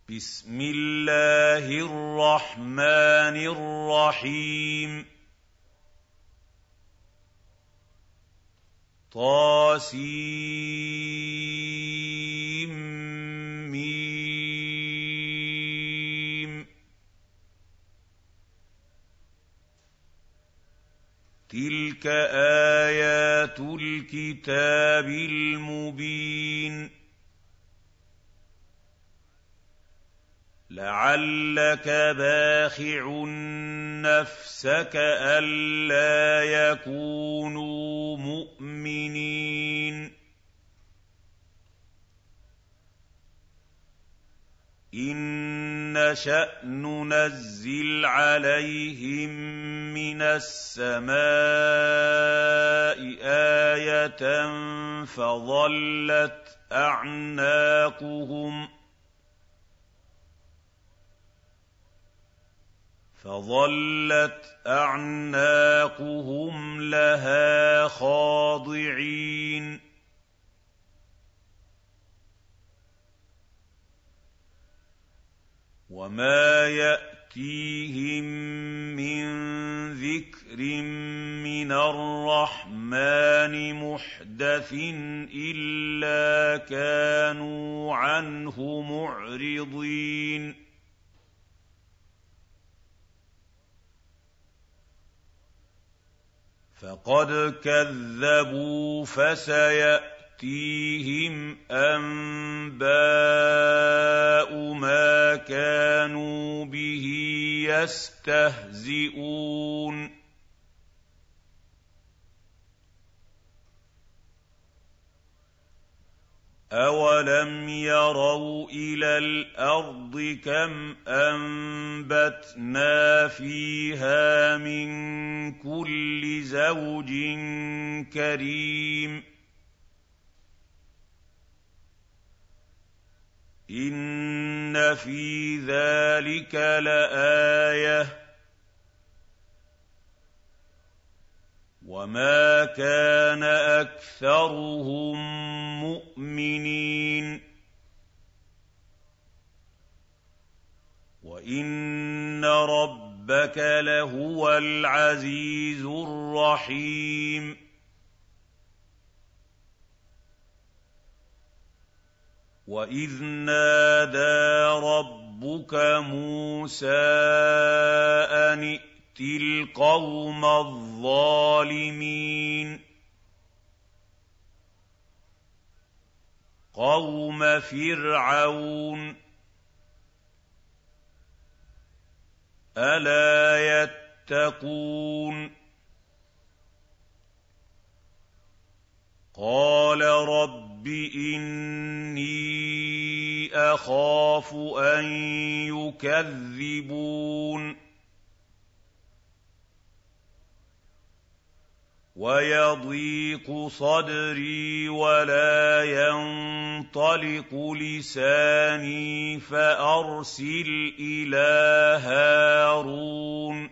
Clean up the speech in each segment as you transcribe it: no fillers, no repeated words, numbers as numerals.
بسم الله الرحمن الرحيم طاسيم تلك آيات الكتاب المبين لعلك باخع نفسك ألا يكونوا مؤمنين إن نشأ ننزل عليهم من السماء آية فظلت أعناقهم لها خاضعين وما يأتيهم من ذكر من الرحمن محدث إلا كانوا عنه معرضين فقد كذبوا فسيأتيهم أنباء ما كانوا به يستهزئون أَوَلَمْ يَرَوْا إِلَى الْأَرْضِ كَمْ أَنبَتْنَا فِيهَا مِن كُلِّ زَوْجٍ كَرِيمٍ إِنَّ فِي ذَلِكَ لَآيَةً وَمَا كَانَ أَكْثَرُهُم مُّؤْمِنِينَ وَإِنَّ رَبَّكَ لَهُوَ الْعَزِيزُ الرَّحِيمُ وَإِذْ نَادَىٰ رَبُّكَ مُوسَىٰ أَنِ ائْتِ الْقَوْمَ الظَّالِمِينَ قَوْمَ فِرْعَوْنَ أَلَا يَتَّقُونَ قَالَ رَبِّ إِنِّي أَخَافُ أَن يُكَذِّبُونِ وَيَضِيقُ صَدْرِي وَلَا يَنطَلِقُ لِسَانِي فَأَرْسِلْ إِلَىٰ هَارُونَ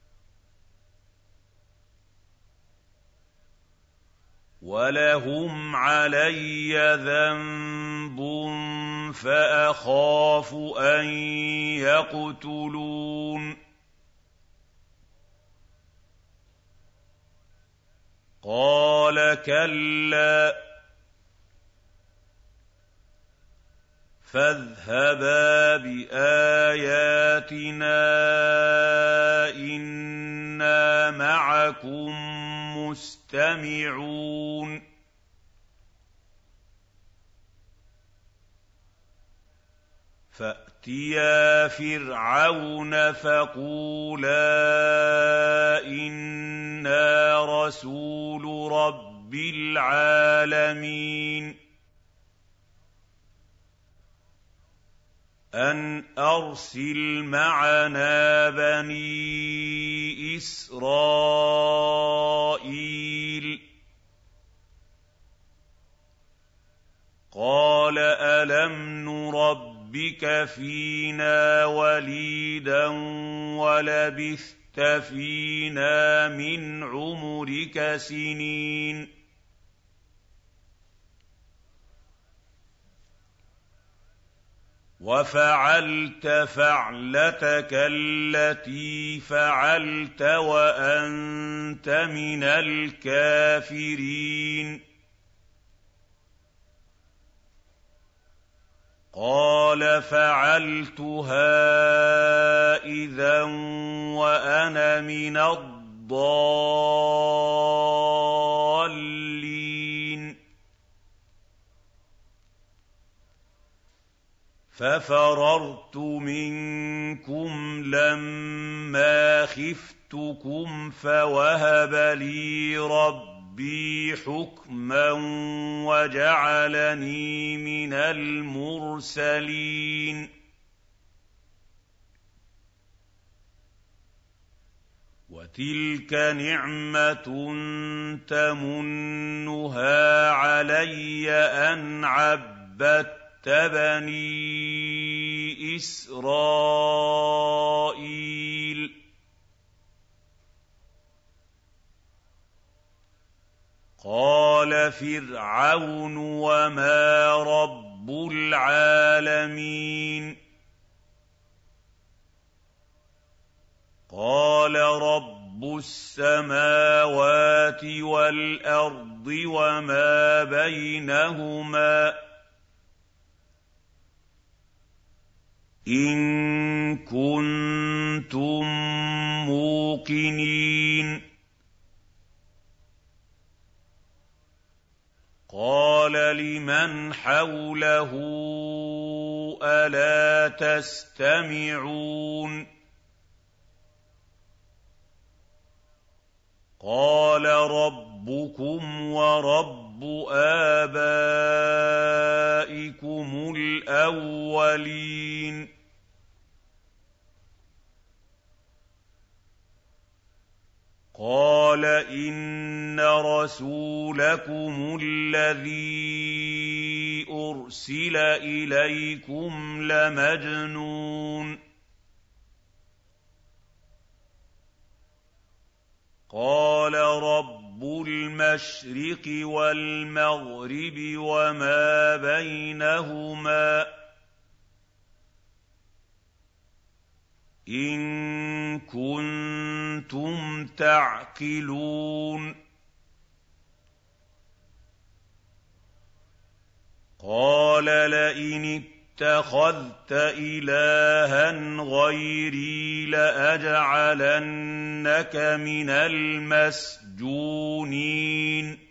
وَلَهُمْ عَلَيَّ ذَنبٌ فَأَخَافُ أَن يَقْتُلُونِ قَالَ كَلَّا فَاذْهَبَا بِآيَاتِنَا إِنَّا مَعَكُم مُّسْتَمِعُونَ فَأْتِيَا فِرْعَوْنَ فَقُولَا إِنَّا رَسُولُ رَبِّ الْعَالَمِينَ أَنْ أَرْسِلْ مَعَنَا بَنِي إِسْرَائِيلَ قَالَ أَلَمْ نُرَبِّكَ فِينَا وَلِيدًا وَلَبِثْتَ فِينَا مِنْ عُمُرِكَ سِنِينَ وَفَعَلْتَ فَعْلَتَكَ الَّتِي فَعَلْتَ وَأَنتَ مِنَ الْكَافِرِينَ قَالَ فَعَلْتُهَا إِذًا وَأَنَا مِنَ الضَّالِّينَ فَفَرَرْتُ مِنكُمْ لَمَّا خِفْتُكُمْ فَوَهَبَ لِي رَبِّي حُكْمًا وَجَعَلَنِي مِنَ الْمُرْسَلِينَ وَتِلْكَ نِعْمَةٌ تَمُنُّهَا عَلَيَّ أَنْ عَبَّدتَّ بَنِي إِسْرَائِيلَ قَالَ فِرْعَوْنُ وَمَا رَبُّ الْعَالَمِينَ قَالَ رَبُّ السَّمَاوَاتِ وَالْأَرْضِ وَمَا بَيْنَهُمَا إِن كُنتُم مُّوقِنِينَ قَالَ لِمَنْ حَوْلَهُ أَلَا تَسْتَمِعُونَ قَالَ رَبُّكُمْ وَرَبُّ آبَائِكُمُ الْأَوَّلِينَ قَالَ إِنَّ رَسُولَكُمُ الَّذِي أُرْسِلَ إِلَيْكُمْ لَمَجْنُونٌ قَالَ رَبُّ الْمَشْرِقِ وَالْمَغْرِبِ وَمَا بَيْنَهُمَا إِن كُنتُمْ تَعْقِلُونَ قَالَ لَئِنِ اتَّخَذْتَ إِلَٰهًا غَيْرِي لَأَجْعَلَنَّكَ مِنَ الْمَسْجُونِينَ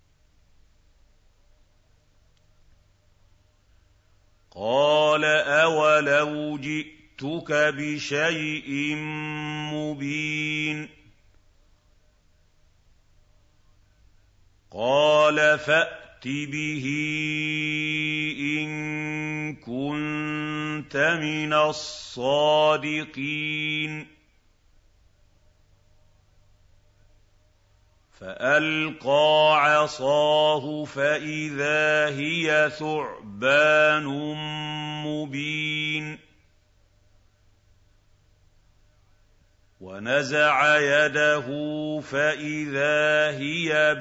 قَالَ أَوَلَوْ جِئْتُكَ بِشَيْءٍ مُّبِينٍ قَالَ فَأْتِ بِهِ إِن كُنتَ مِنَ الصَّادِقِينَ فَأَلْقَىٰ عَصَاهُ فَإِذَا هِيَ ثُعْبَانٌ مُّبِينٌ وَنَزَعَ يَدَهُ فَإِذَا هِيَ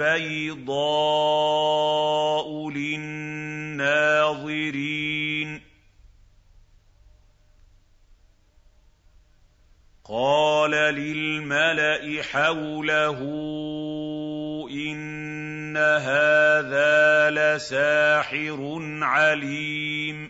بَيْضَاءُ لِلنَّاظِرِينَ قَالَ لِلْمَلَإِ حَوْلَهُ إِنَّ هَٰذَا لَسَاحِرٌ عَلِيمٌ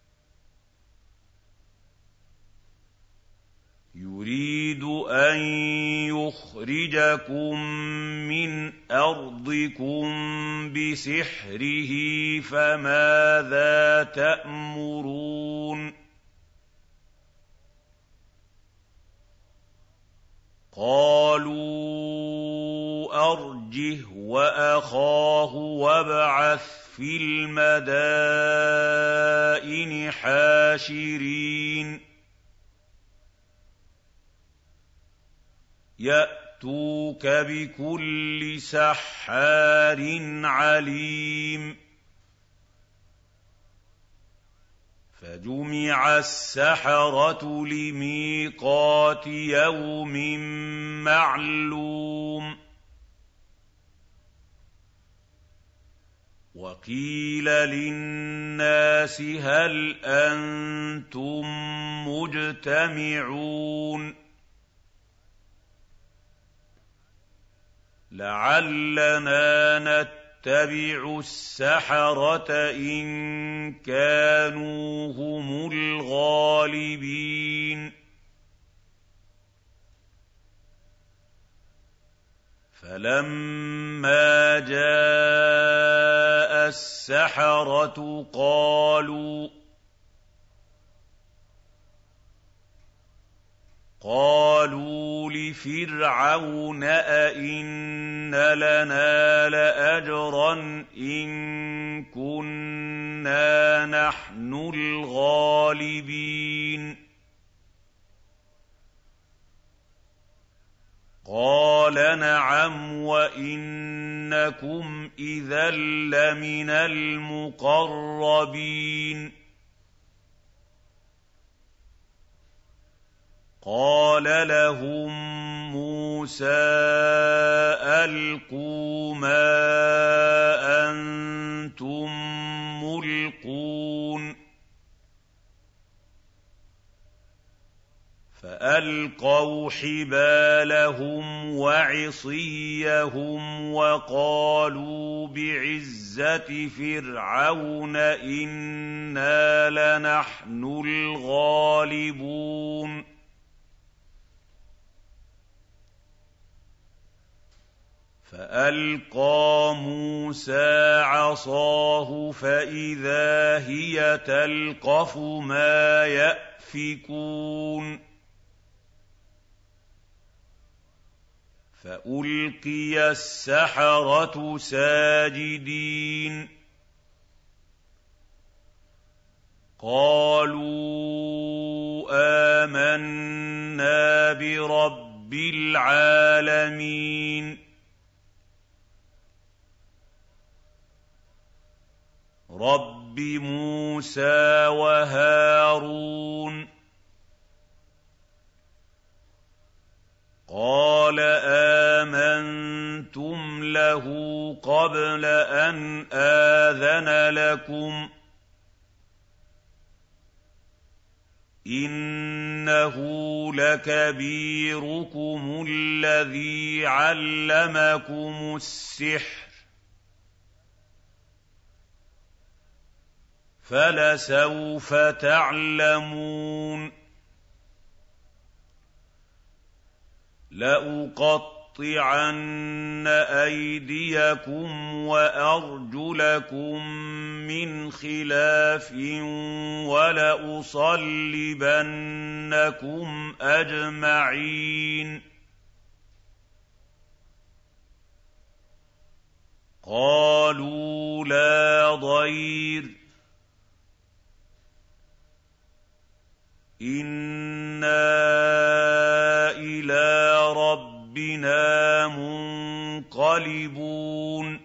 يُرِيدُ أَن يُخْرِجَكُم مِّنْ أَرْضِكُم بِسِحْرِهِ فَمَاذَا تَأْمُرُونَ قَالُوا أَرْجِهْ وَأَخَاهُ وَابْعَثْ فِي الْمَدَائِنِ حَاشِرِينَ يَأْتُوكَ بِكُلِّ سَحَّارٍ عَلِيمٍ فَجُمِعَ السَّحَرَةُ لِمِيقَاتِ يَوْمٍ مَّعْلُومٍ وَقِيلَ لِلنَّاسِ هَلْ أَنتُم مُّجْتَمِعُونَ لَعَلَّنَا نَتَّبِعُ السَّحَرَةَ إِن كَانُوا هُمُ الْغَالِبِينَ فَلَمَّا جَاءَ السَّحَرَةُ قَالُوا لِفِرْعَوْنَ أَئِنَّ لَنَا لَأَجْرًا إِن كُنَّا نَحْنُ الْغَالِبِينَ قَالَ نَعَمْ وَإِنَّكُمْ إِذًا لَّمِنَ الْمُقَرَّبِينَ قَالَ لَهُم مُّوسَىٰ أَلْقُوا مَا أَنتُم مُّلْقُونَ فَأَلْقَوْا حِبَالَهُمْ وَعِصِيَّهُمْ وَقَالُوا بِعِزَّةِ فِرْعَوْنَ إِنَّا لَنَحْنُ الْغَالِبُونَ فَأَلْقَىٰ مُوسَىٰ عَصَاهُ فَإِذَا هِيَ تَلْقَفُ مَا يَأْفِكُونَ فَأُلْقِيَ السَّحَرَةُ سَاجِدِينَ قَالُوا آمَنَّا بِرَبِّ الْعَالَمِينَ رَبِّ مُوسَىٰ وَهَارُونَ قَالَ آمَنتُمْ لَهُ قَبْلَ أَنْ آذَنَ لَكُمْ ۖ إِنَّهُ لَكَبِيرُكُمُ الَّذِي عَلَّمَكُمُ السِّحْرَ فَلَسَوْفَ تَعْلَمُونَ لَأُقَطِّعَنَّ أَيْدِيَكُمْ وَأَرْجُلَكُم مِّنْ خِلَافٍ وَلَأُصَلِّبَنَّكُمْ أَجْمَعِينَ قَالُوا لَا ضَيْرَ إِنَّا إِلَىٰ رَبِّنَا مُنقَلِبُونَ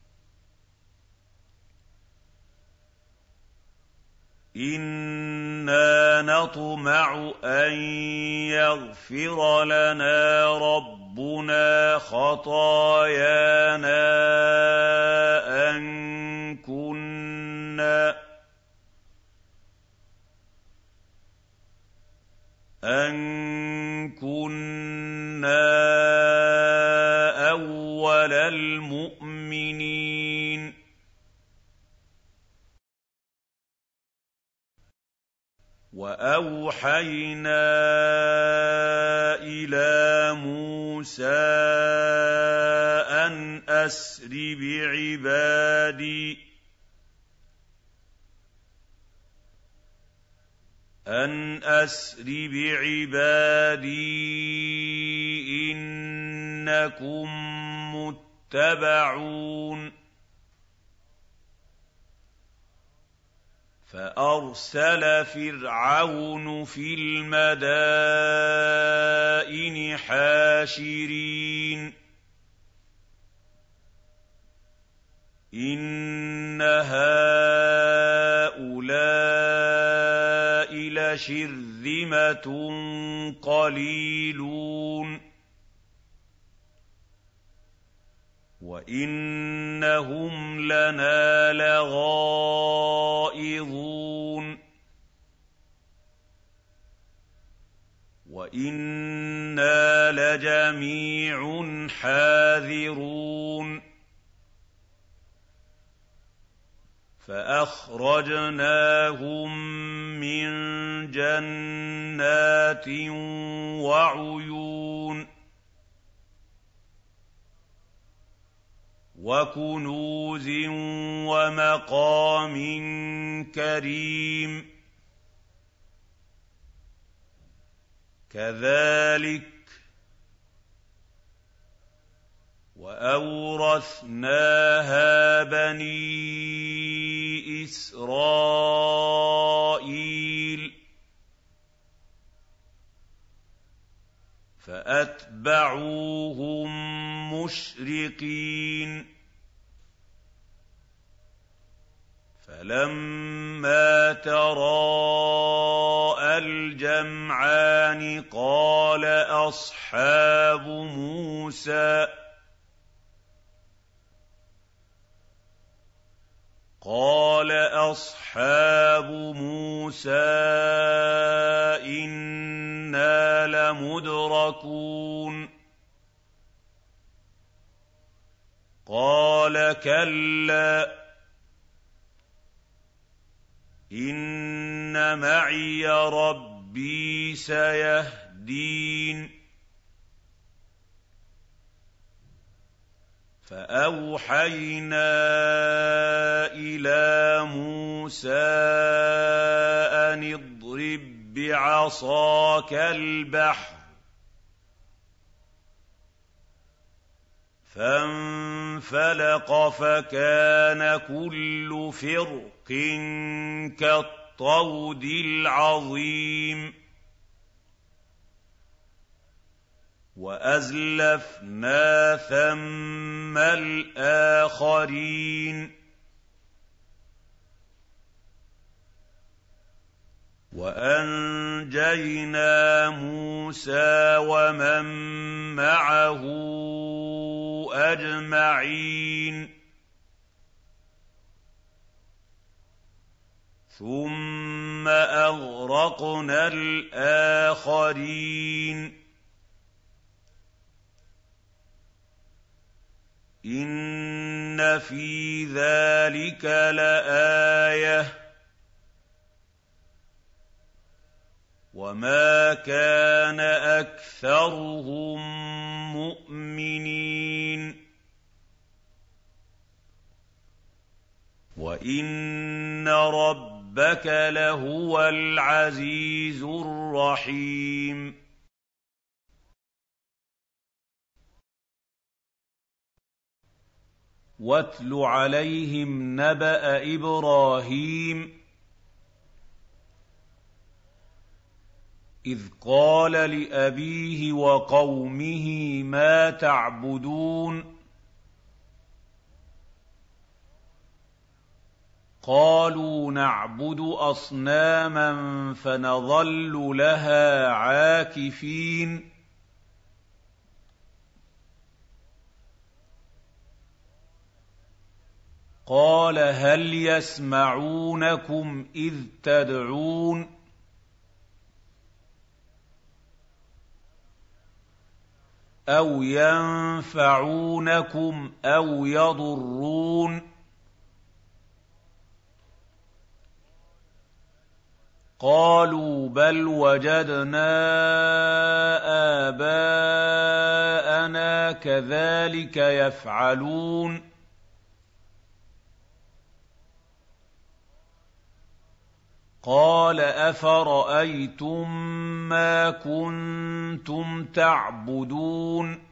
إِنَّا نَطْمَعُ أَن يَغْفِرَ لَنَا رَبُّنَا خَطَايَانَا أَن كُنَّا أَوَّلَ الْمُؤْمِنِينَ وَأَوْحَيْنَا إِلَىٰ مُوسَىٰ أَنْ أَسْرِ بِعِبَادِي إِنَّكُم مُّتَّبَعُونَ فَأَرْسَلَ فِرْعَوْنُ فِي الْمَدَائِنِ حَاشِرِينَ إِنَّ هَٰؤُلَاءِ لَشِرْذِمَةٌ قَلِيلُونَ وَإِنَّهُمْ لَنَا لَغَائِظُونَ وَإِنَّا لَجَمِيعٌ حَاذِرُونَ فَأَخْرَجْنَاهُم مِّن جَنَّاتٍ وَعُيُونٍ وَكُنُوزٍ وَمَقَامٍ كَرِيمٍ كَذَٰلِكَ وَأَوْرَثْنَاهَا بَنِي إِسْرَائِيلَ فَأَتْبَعُوهُم مُّشْرِقِينَ فَلَمَّا تَرَاءَى الْجَمْعَانِ قَالَ أَصْحَابُ مُوسَىٰ إِنَّا لَمُدْرَكُونَ قَالَ كَلَّا إِنَّ مَعِيَ رَبِّي سَيَهْدِينِ فَأَوْحَيْنَا إِلَىٰ مُوسَىٰ أَنِ اضْرِب بِّعَصَاكَ الْبَحْرَ فَانفَلَقَ فَكَانَ كُلُّ فِرْقٍ كَالطَّوْدِ الْعَظِيمِ وَأَزْلَفْنَا ثَمَّ الْآخَرِينَ وَأَنجَيْنَا مُوسَىٰ وَمَن مَّعَهُ أَجْمَعِينَ ثُمَّ أَغْرَقْنَا الْآخَرِينَ إِنَّ فِي ذَٰلِكَ لَآيَةً ۖ وَمَا كَانَ أَكْثَرُهُم مُّؤْمِنِينَ وَإِنَّ رَبَّكَ لَهُوَ الْعَزِيزُ الرَّحِيمُ وَاتْلُ عَلَيْهِمْ نَبَأَ إِبْرَاهِيمَ إِذْ قَالَ لِأَبِيهِ وَقَوْمِهِ مَا تَعْبُدُونَ قَالُوا نَعْبُدُ أَصْنَامًا فَنَظَلُّ لَهَا عَاكِفِينَ قَالَ هَلْ يَسْمَعُونَكُمْ إِذْ تَدْعُونَ أَوْ يَنفَعُونَكُمْ أَوْ يَضُرُّونَ قَالُوا بَلْ وَجَدْنَا آبَاءَنَا كَذَٰلِكَ يَفْعَلُونَ قَالَ أَفَرَأَيْتُم مَّا كُنتُمْ تَعْبُدُونَ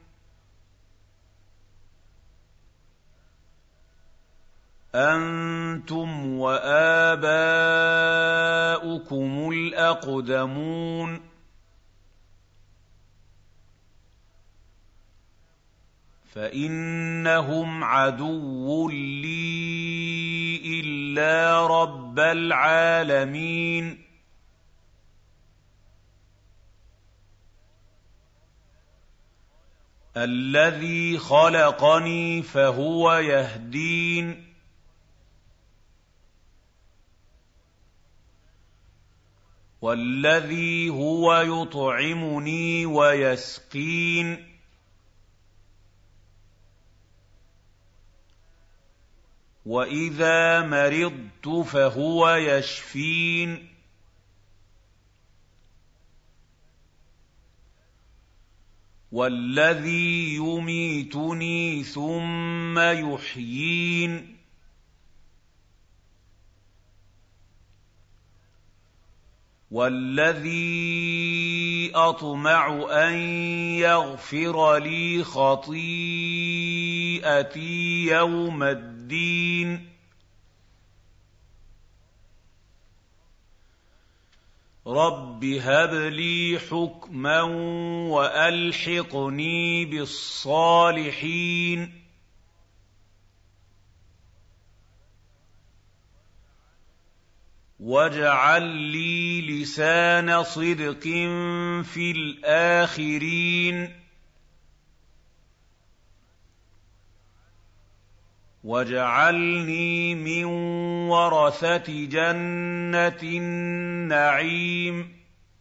أَنتُمْ وَآبَاؤُكُمُ الْأَقْدَمُونَ فَإِنَّهُمْ عَدُوٌّ لِّي إِلَّا رَبَّ الْعَالَمِينَ الذي خلقني فهو يهدين والذي هو يطعمني ويسقين وإذا مرضت فهو يشفين والذي يميتني ثم يحيين والذي أطمع أن يغفر لي خطيئتي يوم الدين رب هب لي حكما وألحقني بالصالحين واجعل لي لسان صدق في الآخرين واجعلني من ورثة جنة النعيم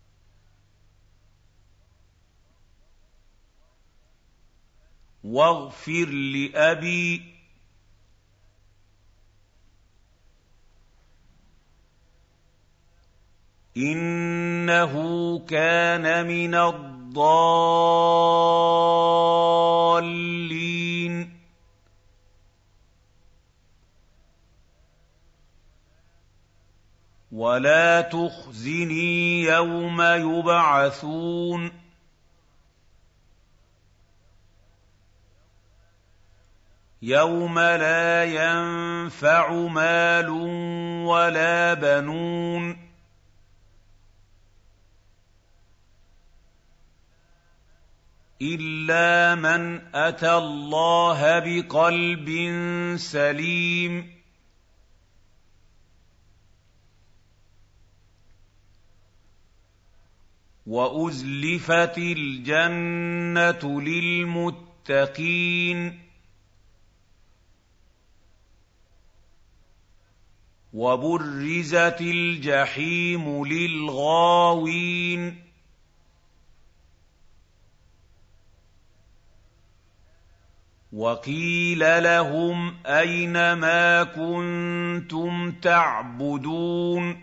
واغفر لأبي إنه كان من الضالين ولا تخزني يوم يبعثون يوم لا ينفع مال ولا بنون إلا من أتى الله بقلب سليم وأزلفت الجنة للمتقين وبرزت الجحيم للغاوين وقيل لهم أين ما كنتم تعبدون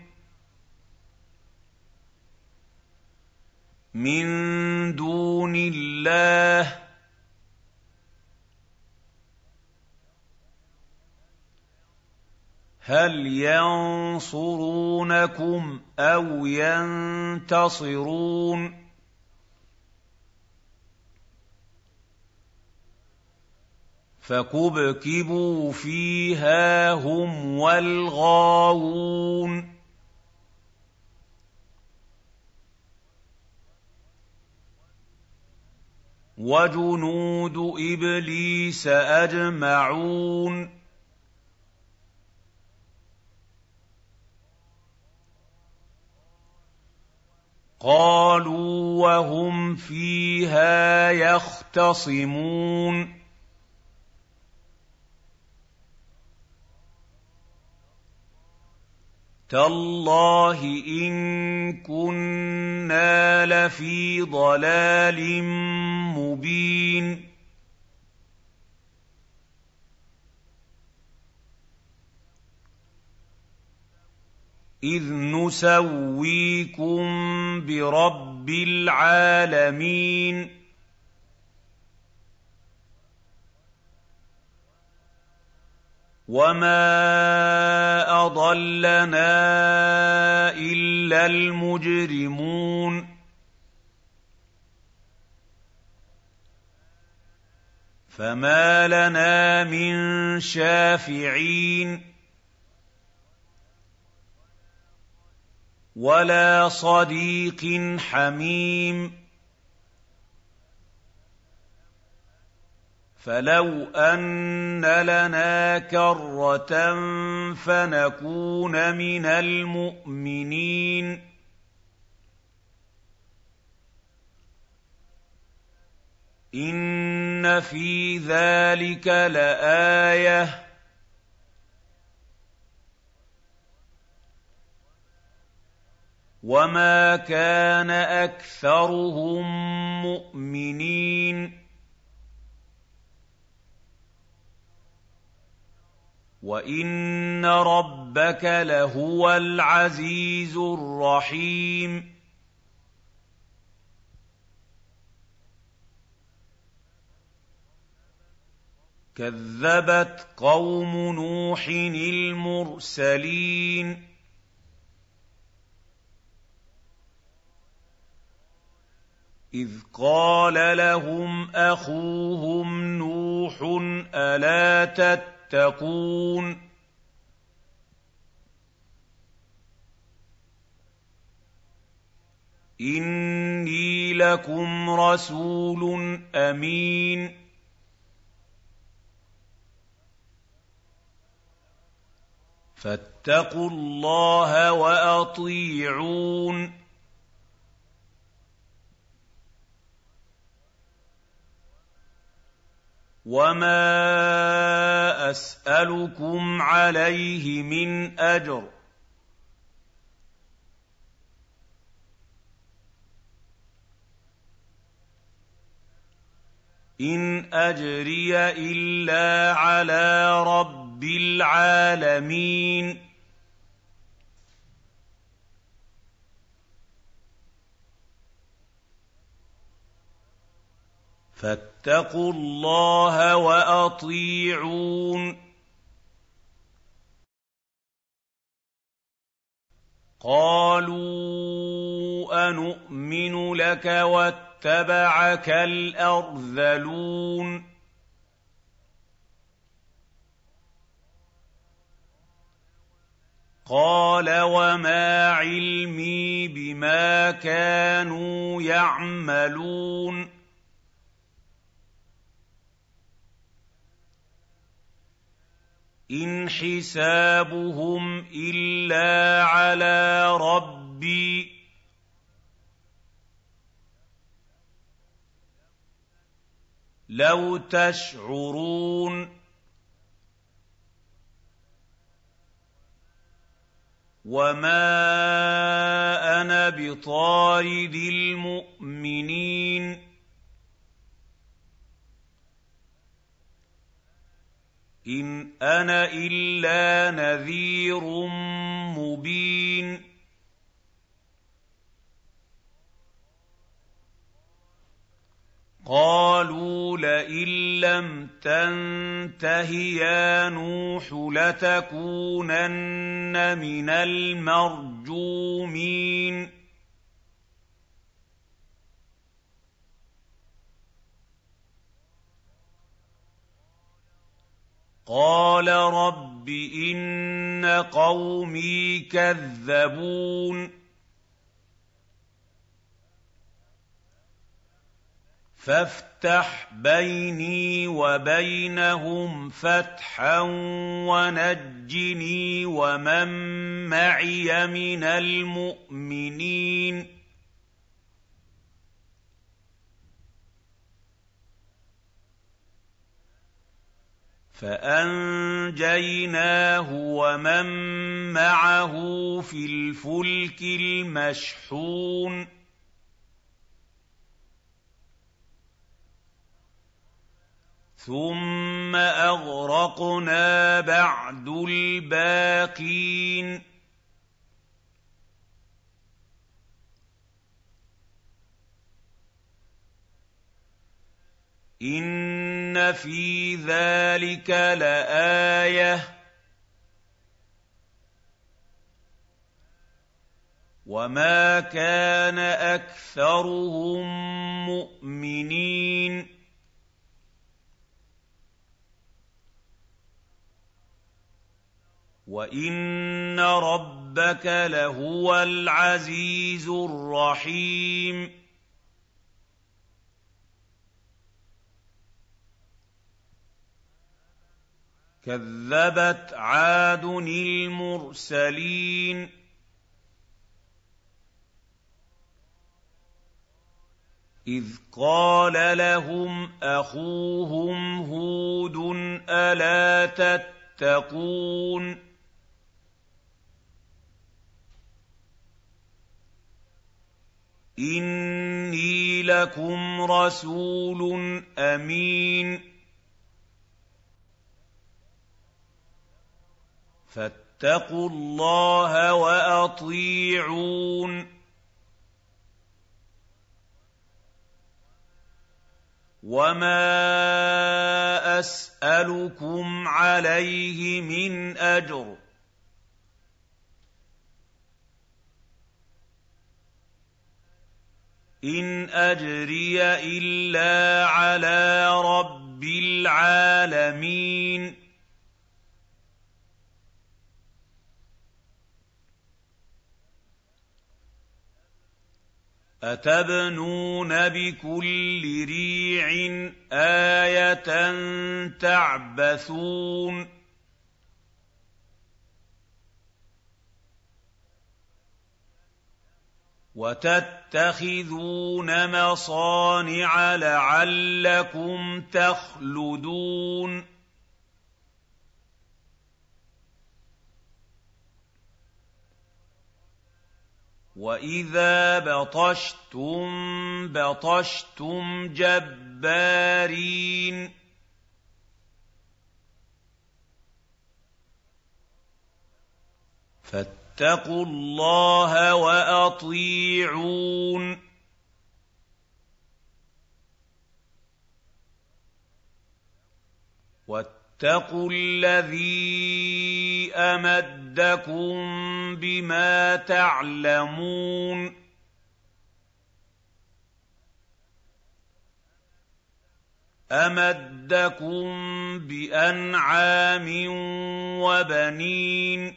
من دون الله هل ينصرونكم أو ينتصرون فكبكبوا فيها هم والغاوون وجنود إبليس أجمعون قالوا وهم فيها يختصمون تالله إن كنا لفي ضلال مبين إذ نسويكم برب العالمين وما أضلنا إلا المجرمون فما لنا من شافعين ولا صديق حميم فلو أن لنا كرة فنكون من المؤمنين إن إِنَّ فِي ذَٰلِكَ لَآيَةً وَمَا كَانَ أَكْثَرُهُم مُّؤْمِنِينَ وَإِنَّ رَبَّكَ لَهُوَ الْعَزِيزُ الرَّحِيمُ كَذَّبَتْ قَوْمُ نُوحٍ الْمُرْسَلِينَ إِذْ قَالَ لَهُمْ أَخُوهُمْ نُوحٌ أَلَا تَتَّقُونَ إِنِّي لَكُمْ رَسُولٌ أَمِينٌ فَاتَّقُوا اللَّهَ وَأَطِيعُونِ وَمَا أَسْأَلُكُمْ عَلَيْهِ مِنْ أَجْرٍ ۖ إِنْ أَجْرِيَ إِلَّا عَلَىٰ رَبِّ الْعَالَمِينَ فَاتَّقُوا اللَّهَ وَأَطِيعُونِ قَالُوا أَنُؤْمِنُ لَكَ وَاتَّبَعَكَ الْأَرْذَلُونَ قَالَ وَمَا عِلْمِي بِمَا كَانُوا يَعْمَلُونَ إِنْ حِسَابُهُمْ إِلَّا عَلَىٰ رَبِّي لَوْ تَشْعُرُونَ وَمَا أَنَا بِطَارِدِ الْمُؤْمِنِينَ إِنْ أَنَا إِلَّا نَذِيرٌ مُّبِينٌ قَالُوا لَئِن لَّمْ تَنتَهِ يَا نُوحُ لَتَكُونَنَّ مِنَ الْمَرْجُومِينَ قَالَ رَبِّ إِنَّ قَوْمِي كَذَّبُونِ فَافْتَحْ بَيْنِي وَبَيْنَهُمْ فَتْحًا وَنَجِّنِي وَمَن مَّعِيَ مِنَ الْمُؤْمِنِينَ فَأَنجَيْنَاهُ وَمَن مَّعَهُ فِي الْفُلْكِ الْمَشْحُونِ ثُمَّ أَغْرَقْنَا بَعْدُ الْبَاقِينَ إِنَّ فِي ذَٰلِكَ لَآيَةً وَمَا كَانَ أَكْثَرُهُم مُّؤْمِنِينَ وَإِنَّ رَبَّكَ لَهُوَ الْعَزِيزُ الرَّحِيمُ كَذَّبَتْ عَادٌ الْمُرْسَلِينَ إِذْ قَالَ لَهُمْ أَخُوهُمْ هُودٌ أَلَا تَتَّقُونَ إِنِّي لَكُمْ رَسُولٌ أَمِينٌ فَاتَّقُوا اللَّهَ وَأَطِيعُونِ وَمَا أَسْأَلُكُمْ عَلَيْهِ مِنْ أَجْرٍ ۖ إِنْ أَجْرِيَ إِلَّا عَلَىٰ رَبِّ الْعَالَمِينَ أَتَبْنُونَ بِكُلِّ رِيعٍ آيَةً تَعْبَثُونَ وَتَتَّخِذُونَ مَصَانِعَ لَعَلَّكُمْ تَخْلُدُونَ وَإِذَا بَطَشْتُم بَطَشْتُمْ جَبَّارِينَ فَاتَّقُوا اللَّهَ وَأَطِيعُونِ وَاتَّقُوا الَّذِي أَمَدَّكُم بِمَا تَعْلَمُونَ أَمَدَّكُم بِأَنْعَامٍ وَبَنِينَ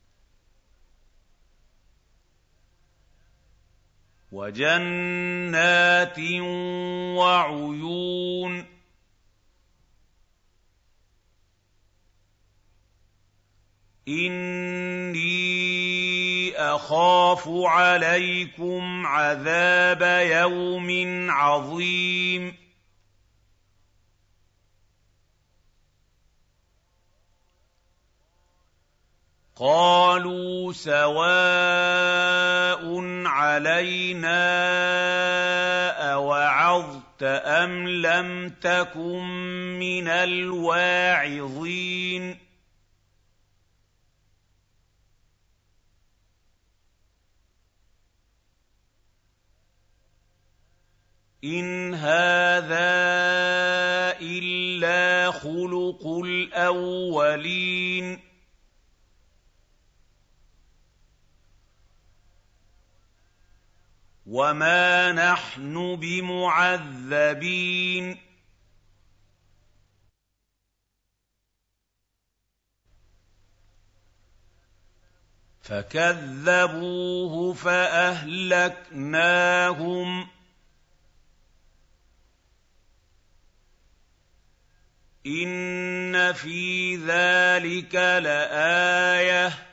وَجَنَّاتٍ وَعُيُونٍ إِنِّي أَخَافُ عَلَيْكُمْ عَذَابَ يَوْمٍ عَظِيمٍ قَالُوا سَوَاءٌ عَلَيْنَا أَوَعَظْتَ أَمْ لَمْ تَكُن مِّنَ الْوَاعِظِينَ إِنْ هَٰذَا إِلَّا خُلُقُ الْأَوَّلِينَ وَمَا نَحْنُ بِمُعَذَّبِينَ فَكَذَّبُوهُ فَأَهْلَكْنَاهُمْ ۗ إِنَّ فِي ذَٰلِكَ لَآيَةً ۖ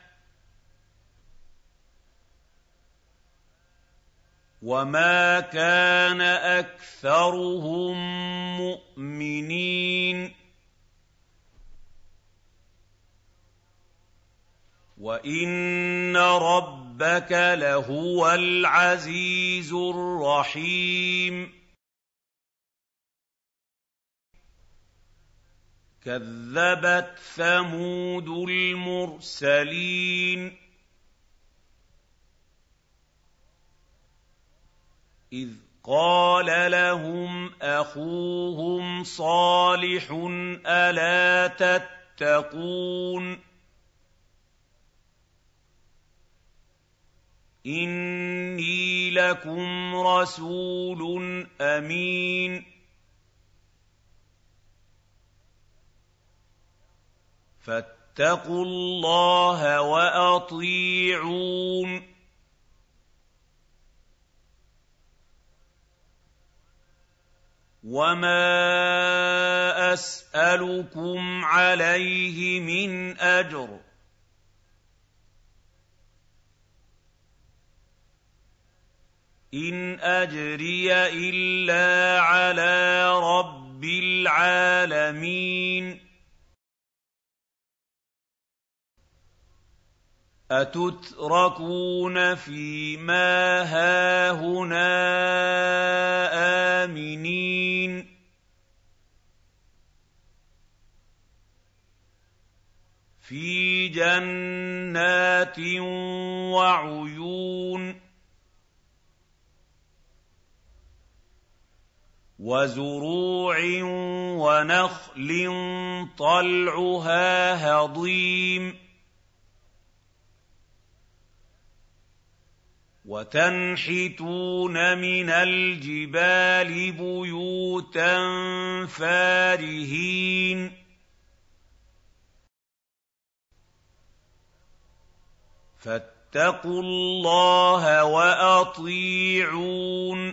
وَمَا كَانَ أَكْثَرُهُم مُّؤْمِنِينَ وَإِنَّ رَبَّكَ لَهُوَ الْعَزِيزُ الرَّحِيمُ كَذَّبَتْ ثَمُودُ الْمُرْسَلِينَ إِذْ قَالَ لَهُمْ أَخُوهُمْ صَالِحٌ أَلَا تَتَّقُونَ إِنِّي لَكُمْ رَسُولٌ أَمِينٌ فَاتَّقُوا اللَّهَ وَأَطِيعُونِ وَمَا أَسْأَلُكُمْ عَلَيْهِ مِنْ أَجْرٍ ۖ إِنْ أَجْرِيَ إِلَّا عَلَىٰ رَبِّ الْعَالَمِينَ أَتُتْرَكُونَ فِي مَا هَاهُنَا آمِنِينَ فِي جَنَّاتٍ وَعُيُونٍ وَزُرُوعٍ وَنَخْلٍ طَلْعُهَا هَضِيمٌ وَتَنْحِتُونَ مِنَ الْجِبَالِ بُيُوتًا فَارِهِينَ فَاتَّقُوا اللَّهَ وَأَطِيعُونِ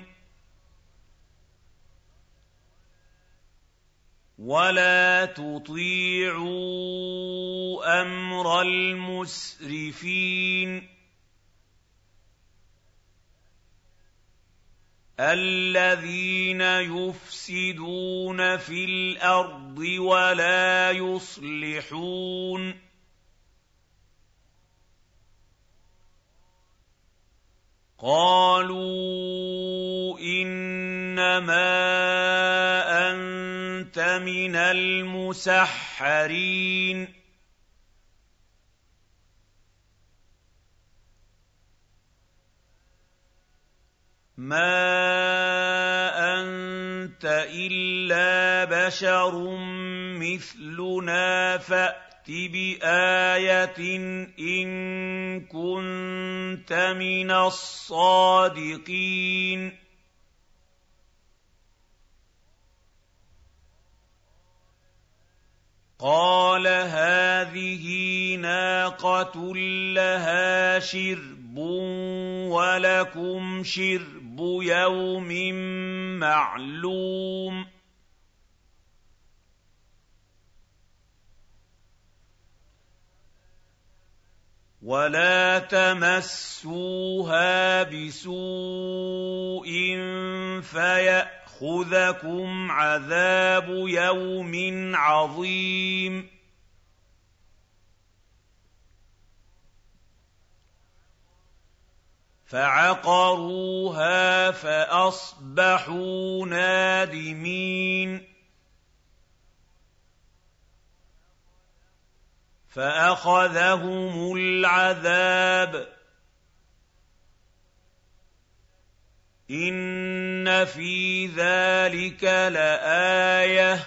وَلَا تُطِيعُوا أَمْرَ الْمُسْرِفِينَ الَّذِينَ يُفْسِدُونَ فِي الْأَرْضِ وَلَا يُصْلِحُونَ قَالُوا إِنَّمَا أَنتَ مِنَ الْمُسَحَّرِينَ مَا أَنتَ إِلَّا بَشَرٌ مِّثْلُنَا فَأْتِ بِآيَةٍ إِن كُنتَ مِنَ الصَّادِقِينَ قَالَ هَٰذِهِ نَاقَةٌ لَّهَا شِرْبٌ وَلَكُمْ شِرْبُ يَوْمٍ مَّعْلُومٍ وَلَا تَمَسُّوهَا بِسُوءٍ فَيَأْخُذَكُمْ عَذَابُ يَوْمٍ عَظِيمٍ فَعَقَرُوهَا فَأَصْبَحُوا نَادِمِينَ فَأَخَذَهُمُ الْعَذَابُ إِنَّ فِي ذَٰلِكَ لَآيَةً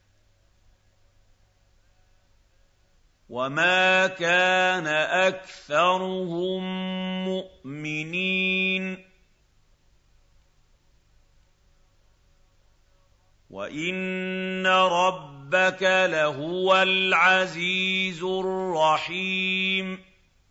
وَمَا كَانَ أَكْثَرُهُم مُّؤْمِنِينَ وَإِنَّ رَبَّكَ لَهُوَ الْعَزِيزُ الرَّحِيمُ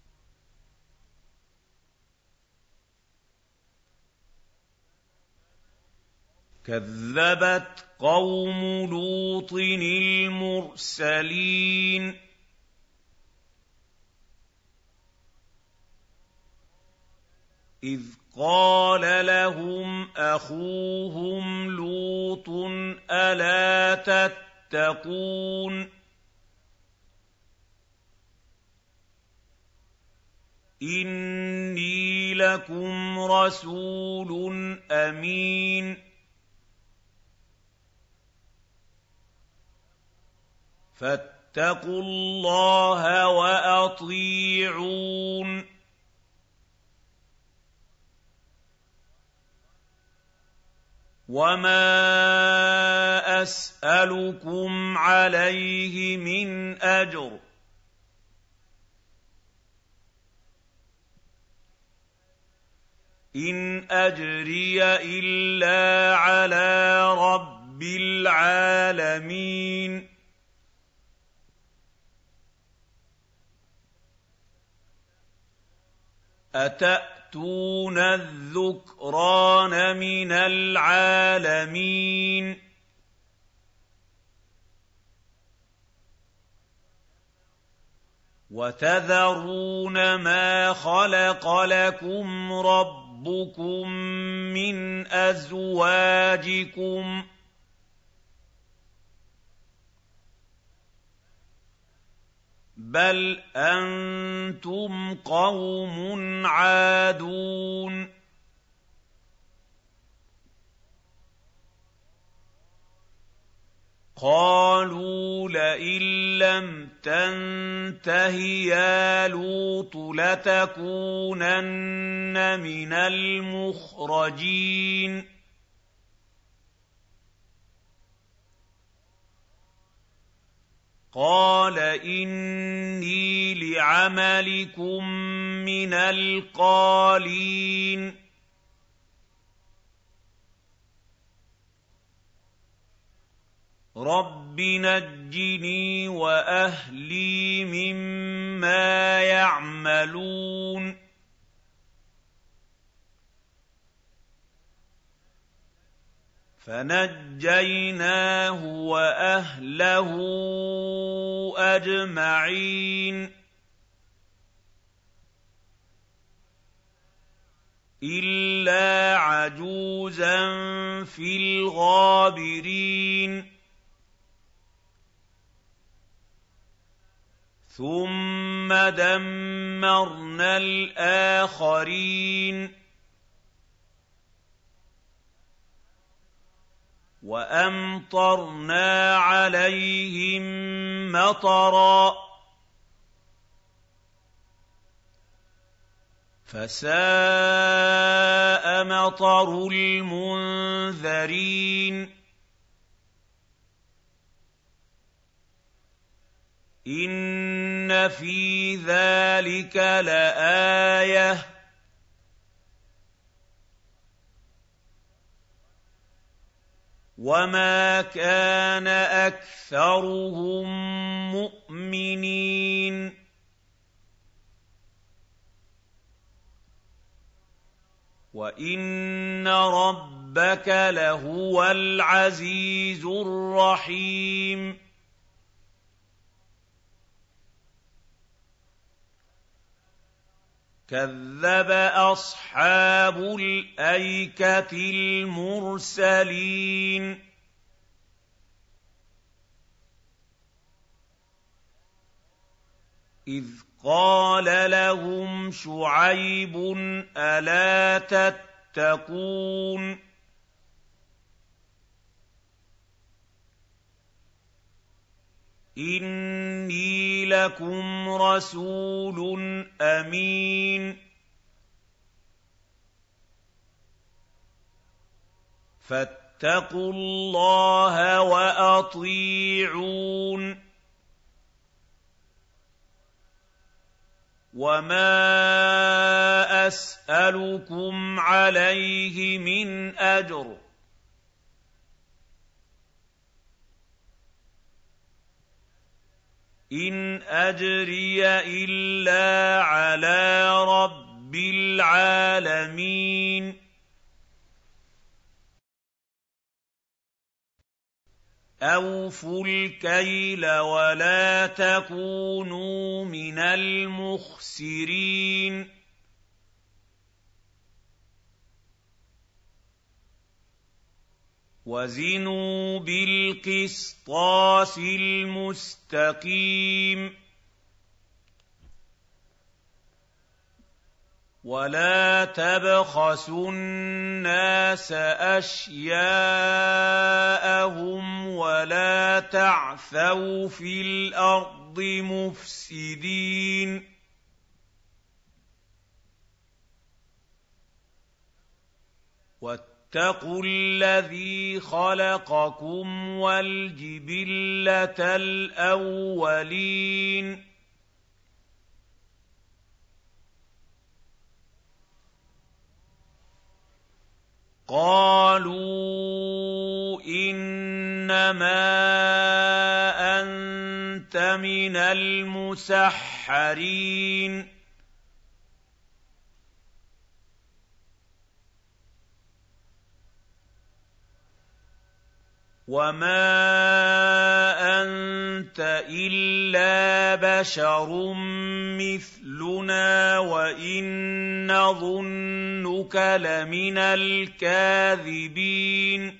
كَذَّبَتْ قَوْمُ لُوطٍ الْمُرْسَلِينَ إِذْ قَالَ لَهُمْ أَخُوهُمْ لُوطٌ أَلَا تَتَّقُونَ إِنِّي لَكُمْ رَسُولٌ أَمِينٌ فَاتَّقُوا اللَّهَ وَأَطِيعُونِ وَمَا أَسْأَلُكُمْ عَلَيْهِ مِنْ أَجْرٍ ۖ إِنْ أَجْرِيَ إِلَّا عَلَىٰ رَبِّ الْعَالَمِينَ أَتَأْتُونَ الذُّكْرَانَ مِنَ الْعَالَمِينَ وَتَذَرُونَ مَا خَلَقَ لَكُمْ رَبُّكُم رَبُّكُم مِّنْ أَزْوَاجِكُم ۚ بَلْ أَنتُمْ قَوْمٌ عَادُونَ قَالُوا لَئِن لَّمْ تَنتَهِ يَا لُوطُ لَتَكُونَنَّ مِنَ الْمُخْرَجِينَ قَالَ إِنِّي لِعَمَلِكُم مِّنَ الْقَالِينَ رَبِّ نَجِّنِي وَأَهْلِي مِمَّا يَعْمَلُونَ فَنَجَّيْنَاهُ وَأَهْلَهُ أَجْمَعِينَ إِلَّا عَجُوزًا فِي الْغَابِرِينَ ثُمَّ دَمَّرْنَا الْآخَرِينَ وَأَمْطَرْنَا عَلَيْهِم مَّطَرًا ۖ فَسَاءَ مَطَرُ الْمُنذَرِينَ إِنَّ فِي ذَٰلِكَ لَآيَةً ۖ وَمَا كَانَ أَكْثَرُهُم مُّؤْمِنِينَ وَإِنَّ رَبَّكَ لَهُوَ الْعَزِيزُ الرَّحِيمُ كَذَّبَ أَصْحَابُ الْأَيْكَةِ الْمُرْسَلِينَ إِذْ قَالَ لَهُمْ شُعَيْبٌ أَلَا تَتَّقُونَ إِنِّي لَكُمْ رَسُولٌ أَمِينٌ فَاتَّقُوا اللَّهَ وَأَطِيعُونِ وَمَا أَسْأَلُكُمْ عَلَيْهِ مِنْ أَجْرٍ ۖ إِنْ أَجْرِيَ إِلَّا عَلَىٰ رَبِّ الْعَالَمِينَ أَوْفُوا الْكَيْلَ وَلَا تَكُونُوا مِنَ الْمُخْسِرِينَ وَزِنُوا بِالْقِسْطَاسِ الْمُسْتَقِيمِ وَلَا تَبْخَسُوا النَّاسَ أَشْيَاءَهُمْ وَلَا تَعْثَوْا فِي الْأَرْضِ مُفْسِدِينَ وَاتَّقُوا الَّذِي خَلَقَكُمْ وَالْجِبِلَّةَ الْأَوَّلِينَ قَالُوا إِنَّمَا أَنتَ مِنَ الْمُسَحَّرِينَ وَمَا أنت إلا بشر مثلنا وإن نظنك لمن الكاذبين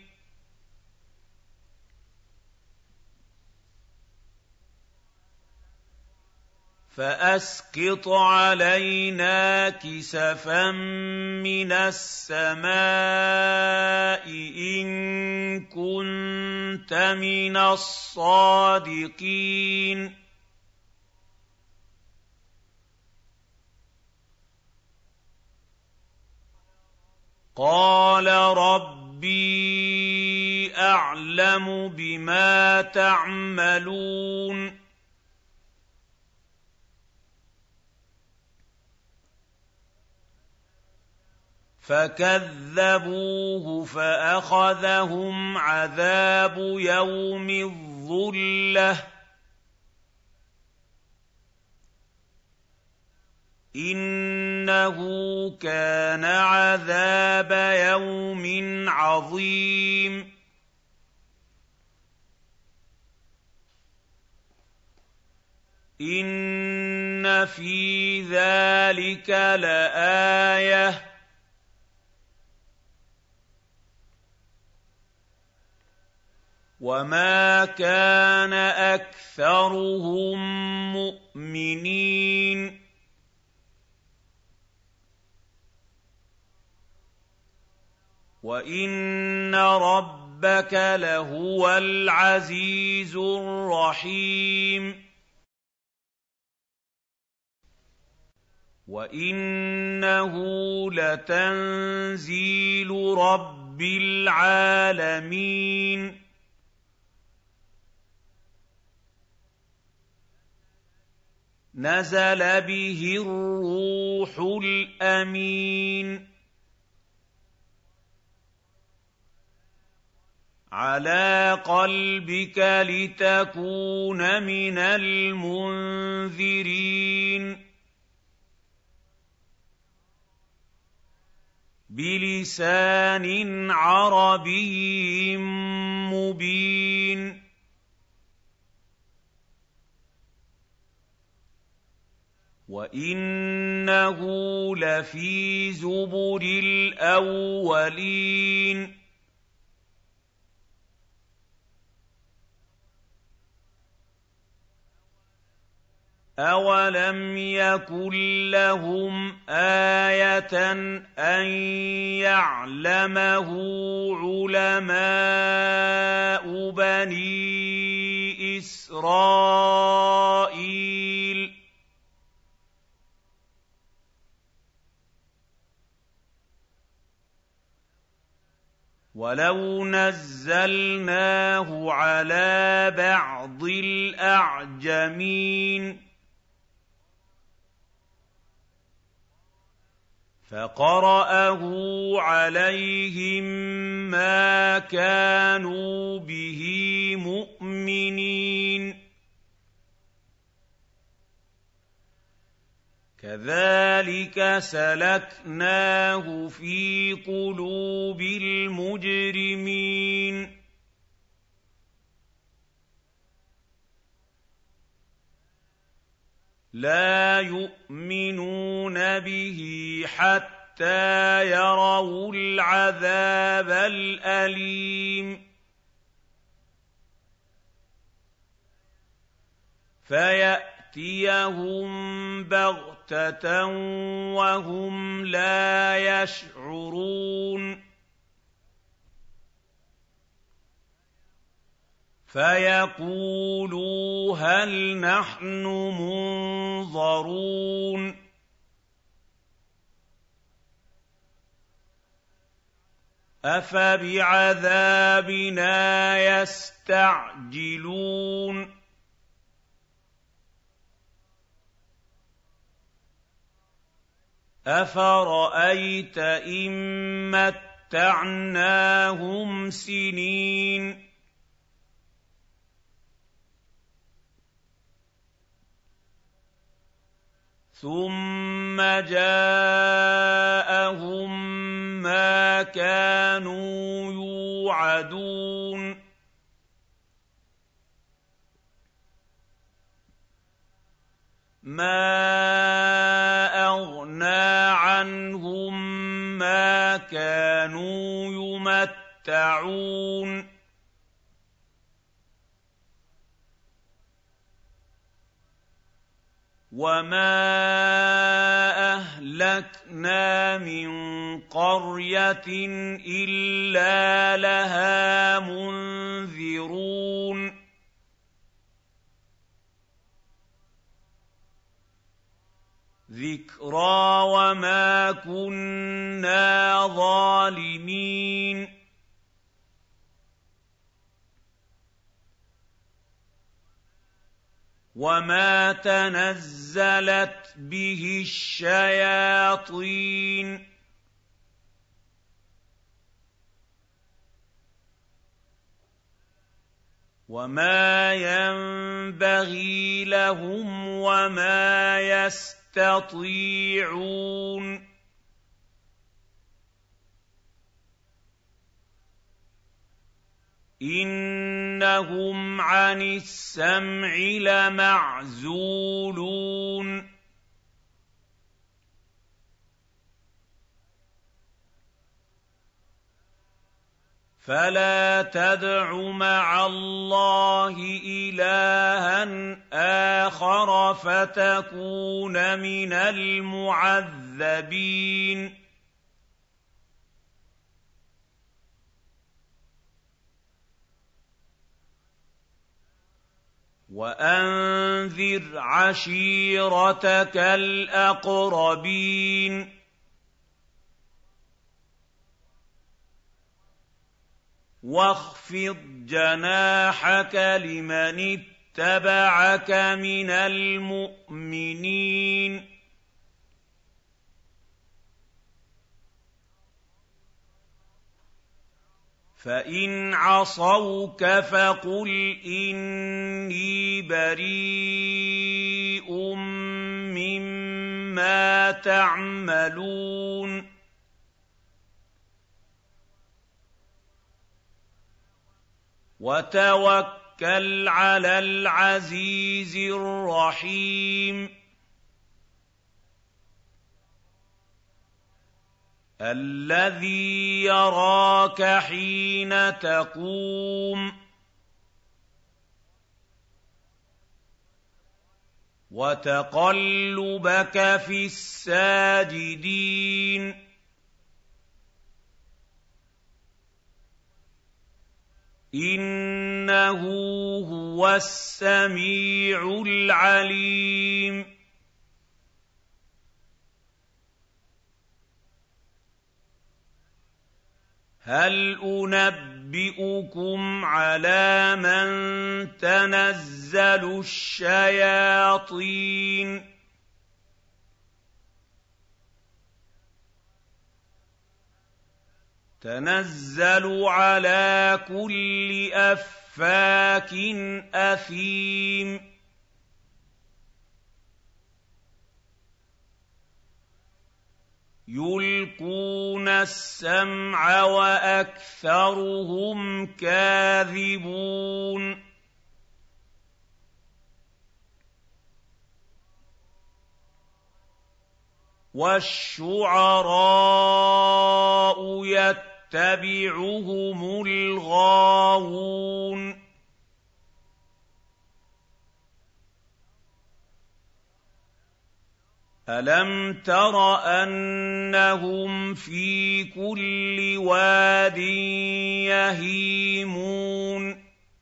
فأسقط علينا كسفا من السماء إن كنت من الصادقين قال ربي أعلم بما تعملون فكذبوه فأخذهم عذاب يوم الظلة إنه كان عذاب يوم عظيم إن في ذلك لآية وما كان أكثرهم مؤمنين وإن ربك لهو العزيز الرحيم وإنه لتنزيل رب العالمين نزل به الروح الأمين على قلبك لتكون من المنذرين بلسان عربي مبين وإنه لفي زبر الأولين أَوَلَمْ يَكُن لَّهُمْ آيَةً أَن يَعْلَمَهُ عُلَمَاءُ بَنِي إِسْرَائِيلَ وَلَوْ نَزَّلْنَاهُ عَلَىٰ بَعْضِ الْأَعْجَمِينَ فَقَرَأَهُ عَلَيْهِم مَّا كَانُوا بِهِ مُؤْمِنِينَ كَذَٰلِكَ سَلَكْنَاهُ فِي قُلُوبِ الْمُجْرِمِينَ لَا يُؤْمِنُونَ بِهِ حَتَّىٰ يَرَوُا الْعَذَابَ الْأَلِيمَ فَيَأْتِيَهُم بَغْتَةً وَهُمْ لَا يَشْعُرُونَ فَيَقُولُوا هَلْ نَحْنُ مُنظَرُونَ أَفَبِعَذَابِنَا يَسْتَعْجِلُونَ أَفَرَأَيْتَ إِن مَّتَّعْنَاهُمْ سِنِينَ ثُمَّ جَاءَهُم مَّا كَانُوا يُوعَدُونَ مَا أَغْنَىٰ عَنْهُم مَّا كَانُوا يُمَتَّعُونَ وَمَا أَهْلَكْنَا مِن قَرْيَةٍ إِلَّا لَهَا مُنذِرُونَ ذِكْرَىٰ وَمَا كُنَّا ظَالِمِينَ وَمَا تَنَزَّلَتْ بِهِ الشَّيَاطِينُ وَمَا يَنبَغِي لَهُمْ وَمَا يَسْتَطِيعُونَ إِنَّهُمْ عَنِ السَّمْعِ لَمَعْزُولُونَ فَلَا تَدْعُ مَعَ اللَّهِ إِلَٰهًا آخَرَ فَتَكُونَ مِنَ الْمُعَذَّبِينَ وَأَنذِرْ عَشِيرَتَكَ الْأَقْرَبِينَ وَاخْفِضْ جَنَاحَكَ لِمَنِ اتَّبَعَكَ مِنَ الْمُؤْمِنِينَ فَإِنْ عَصَوْكَ فَقُلْ إِنِّي بَرِيءٌ مِّمَّا تَعْمَلُونَ وَتَوَكَّلْ عَلَى الْعَزِيزِ الرَّحِيمِ الَّذِي يَرَاكَ حِينَ تَقُومُ وَتَقَلُّبَكَ فِي السَّاجِدِينَ إِنَّهُ هُوَ السَّمِيعُ الْعَلِيمُ هَلْ أُنَبِّئُكُمْ عَلَىٰ مَن تَنَزَّلُ الشَّيَاطِينُ تَنَزَّلُ عَلَىٰ كُلِّ أَفَّاكٍ أَثِيمٍ يُلْقُونَ السَّمْعَ وَأَكْثَرُهُمْ كَاذِبُونَ وَالشُّعَرَاءُ يَتَّبِعُهُمُ الْغَاوُونَ أَلَمْ تَرَ أَنَّهُمْ فِي كُلِّ وَادٍ يَهِيمُونَ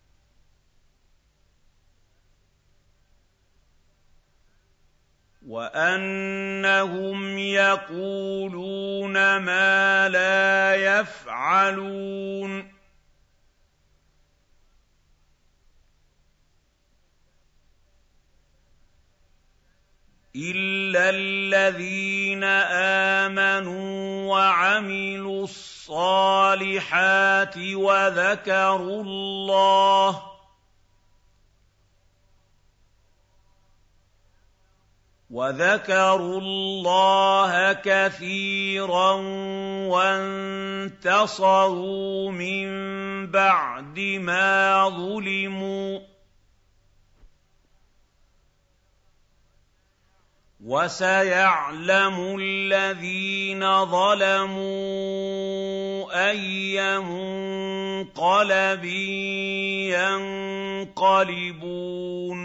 وَأَنَّهُمْ يَقُولُونَ مَا لَا يَفْعَلُونَ إِلَّا الَّذِينَ آمَنُوا وَعَمِلُوا الصَّالِحَاتِ وَذَكَرُوا اللَّهَ كَثِيرًا وَانتَصَرُوا مِن بَعْدِ مَا ظُلِمُوا وَسَيَعْلَمُ الَّذِينَ ظَلَمُوا أَيَّ مُنقَلَبٍ يَنقَلِبُونَ